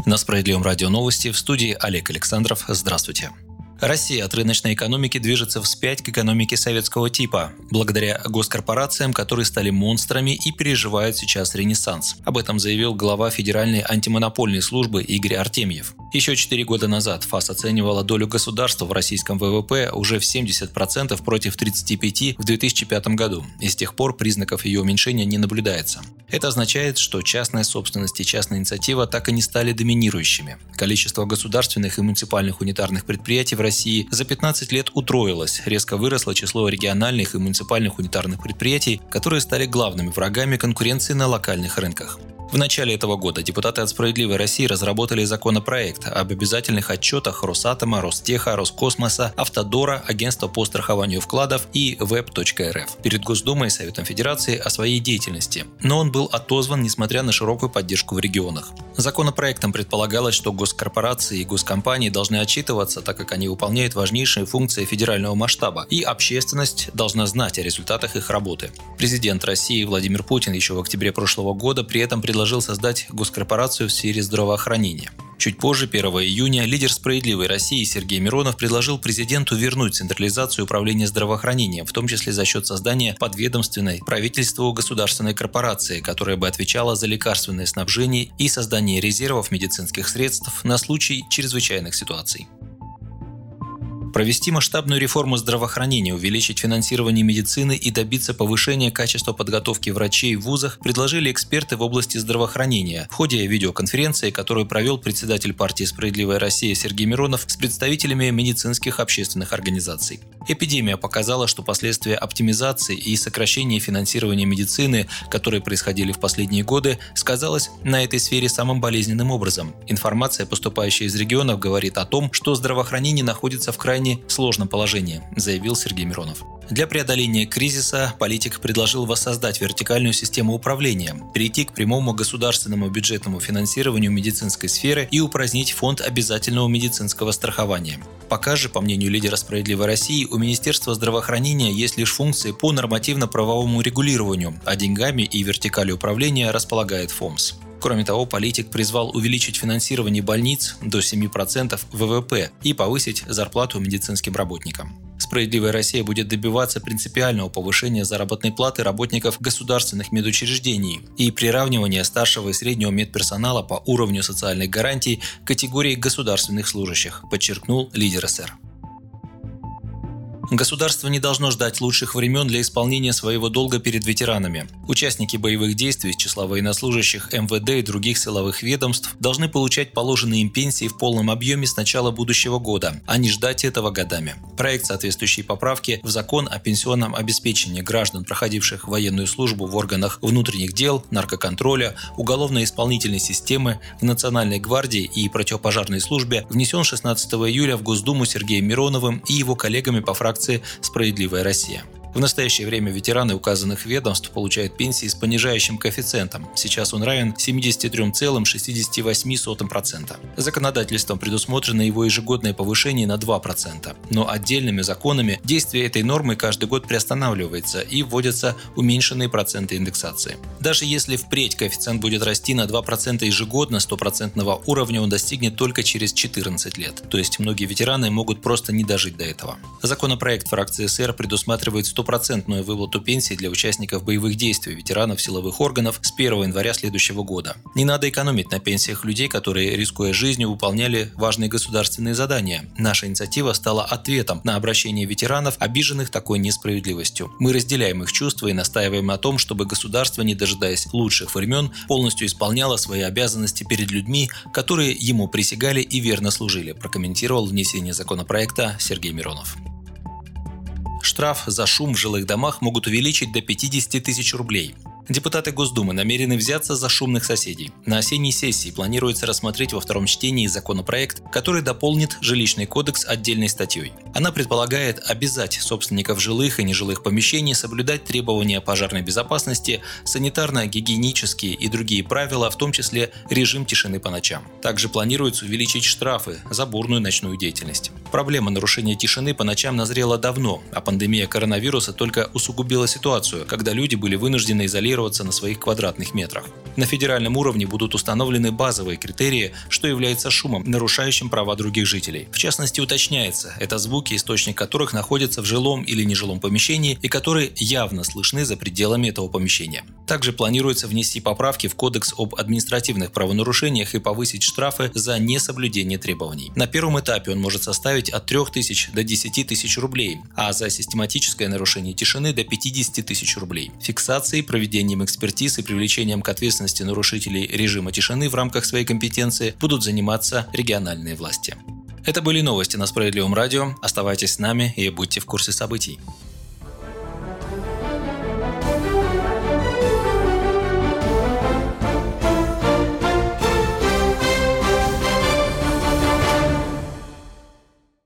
На Справедливом радио новости, в студии Олег Александров. Здравствуйте. Россия от рыночной экономики движется вспять к экономике советского типа, благодаря госкорпорациям, которые стали монстрами и переживают сейчас ренессанс. Об этом заявил глава Федеральной антимонопольной службы Игорь Артемьев. Еще 4 года назад ФАС оценивала долю государства в российском ВВП уже в 70% против 35% в 2005 году, и с тех пор признаков ее уменьшения не наблюдается. Это означает, что частная собственность и частная инициатива так и не стали доминирующими. Количество государственных и муниципальных унитарных предприятий в России за 15 лет утроилось, резко выросло число региональных и муниципальных унитарных предприятий, которые стали главными врагами конкуренции на локальных рынках. В начале этого года депутаты от «Справедливой России» разработали законопроект об обязательных отчетах Росатома, Ростеха, Роскосмоса, Автодора, Агентства по страхованию вкладов и Web.рф перед Госдумой и Советом Федерации о своей деятельности. Но он был отозван, несмотря на широкую поддержку в регионах. Законопроектом предполагалось, что госкорпорации и госкомпании должны отчитываться, так как они выполняют важнейшие функции федерального масштаба, и общественность должна знать о результатах их работы. Президент России Владимир Путин еще в октябре прошлого года при этом предложил создать госкорпорацию в сфере здравоохранения. Чуть позже, 1 июня, лидер «Справедливой России» Сергей Миронов предложил президенту вернуть централизацию управления здравоохранением, в том числе за счет создания подведомственной правительству государственной корпорации, которая бы отвечала за лекарственное снабжение и создание резервов медицинских средств на случай чрезвычайных ситуаций. Провести масштабную реформу здравоохранения, увеличить финансирование медицины и добиться повышения качества подготовки врачей в вузах предложили эксперты в области здравоохранения в ходе видеоконференции, которую провел председатель партии «Справедливая Россия» Сергей Миронов с представителями медицинских общественных организаций. Эпидемия показала, что последствия оптимизации и сокращения финансирования медицины, которые происходили в последние годы, сказалось на этой сфере самым болезненным образом. Информация, поступающая из регионов, говорит о том, что здравоохранение находится в крайне сложном положении, заявил Сергей Миронов. Для преодоления кризиса политик предложил воссоздать вертикальную систему управления, перейти к прямому государственному бюджетному финансированию медицинской сферы и упразднить фонд обязательного медицинского страхования. Пока же, по мнению лидера «Справедливой России», у Министерства здравоохранения есть лишь функции по нормативно-правовому регулированию, а деньгами и вертикалью управления располагает ФОМС. Кроме того, политик призвал увеличить финансирование больниц до 7% ВВП и повысить зарплату медицинским работникам. «Справедливая Россия» будет добиваться принципиального повышения заработной платы работников государственных медучреждений и приравнивания старшего и среднего медперсонала по уровню социальных гарантий к категории государственных служащих, подчеркнул лидер СР. Государство не должно ждать лучших времен для исполнения своего долга перед ветеранами. Участники боевых действий из числа военнослужащих МВД и других силовых ведомств должны получать положенные им пенсии в полном объеме с начала будущего года, а не ждать этого годами. Проект соответствующей поправки в Закон о пенсионном обеспечении граждан, проходивших военную службу в органах внутренних дел, наркоконтроля, уголовно-исполнительной системы, в Национальной гвардии и противопожарной службе, внесен 16 июля в Госдуму Сергеем Мироновым и его коллегами по фракции «Справедливая Россия». В настоящее время ветераны указанных ведомств получают пенсии с понижающим коэффициентом. Сейчас он равен 73,68%. Законодательством предусмотрено его ежегодное повышение на 2%. Но отдельными законами действие этой нормы каждый год приостанавливается и вводятся уменьшенные проценты индексации. Даже если впредь коэффициент будет расти на 2% ежегодно, 100% уровня он достигнет только через 14 лет. То есть многие ветераны могут просто не дожить до этого. Законопроект фракции СР предусматривает 100% выплату пенсии для участников боевых действий, ветеранов силовых органов с 1 января следующего года. Не надо экономить на пенсиях людей, которые, рискуя жизнью, выполняли важные государственные задания. Наша инициатива стала ответом на обращение ветеранов, обиженных такой несправедливостью. Мы разделяем их чувства и настаиваем на том, чтобы государство, не дожидаясь лучших времен, полностью исполняло свои обязанности перед людьми, которые ему присягали и верно служили, прокомментировал внесение законопроекта Сергей Миронов. Штраф за шум в жилых домах могут увеличить до 50 тысяч рублей. Депутаты Госдумы намерены взяться за шумных соседей. На осенней сессии планируется рассмотреть во втором чтении законопроект, который дополнит Жилищный кодекс отдельной статьей. Она предполагает обязать собственников жилых и нежилых помещений соблюдать требования пожарной безопасности, санитарно-гигиенические и другие правила, в том числе режим тишины по ночам. Также планируется увеличить штрафы за бурную ночную деятельность. Проблема нарушения тишины по ночам назрела давно, а пандемия коронавируса только усугубила ситуацию, когда люди были вынуждены изолироваться на своих квадратных метрах. На федеральном уровне будут установлены базовые критерии, что является шумом, нарушающим права других жителей. В частности, уточняется, это звуки, источник которых находится в жилом или нежилом помещении и которые явно слышны за пределами этого помещения. Также планируется внести поправки в Кодекс об административных правонарушениях и повысить штрафы за несоблюдение требований. На первом этапе он может составить от 3000 до 10 тысяч рублей, а за систематическое нарушение тишины до 50 тысяч рублей. Фиксацией, проведением экспертиз и привлечением к ответственности нарушителей режима тишины в рамках своей компетенции будут заниматься региональные власти. Это были новости на Справедливом радио. Оставайтесь с нами и будьте в курсе событий.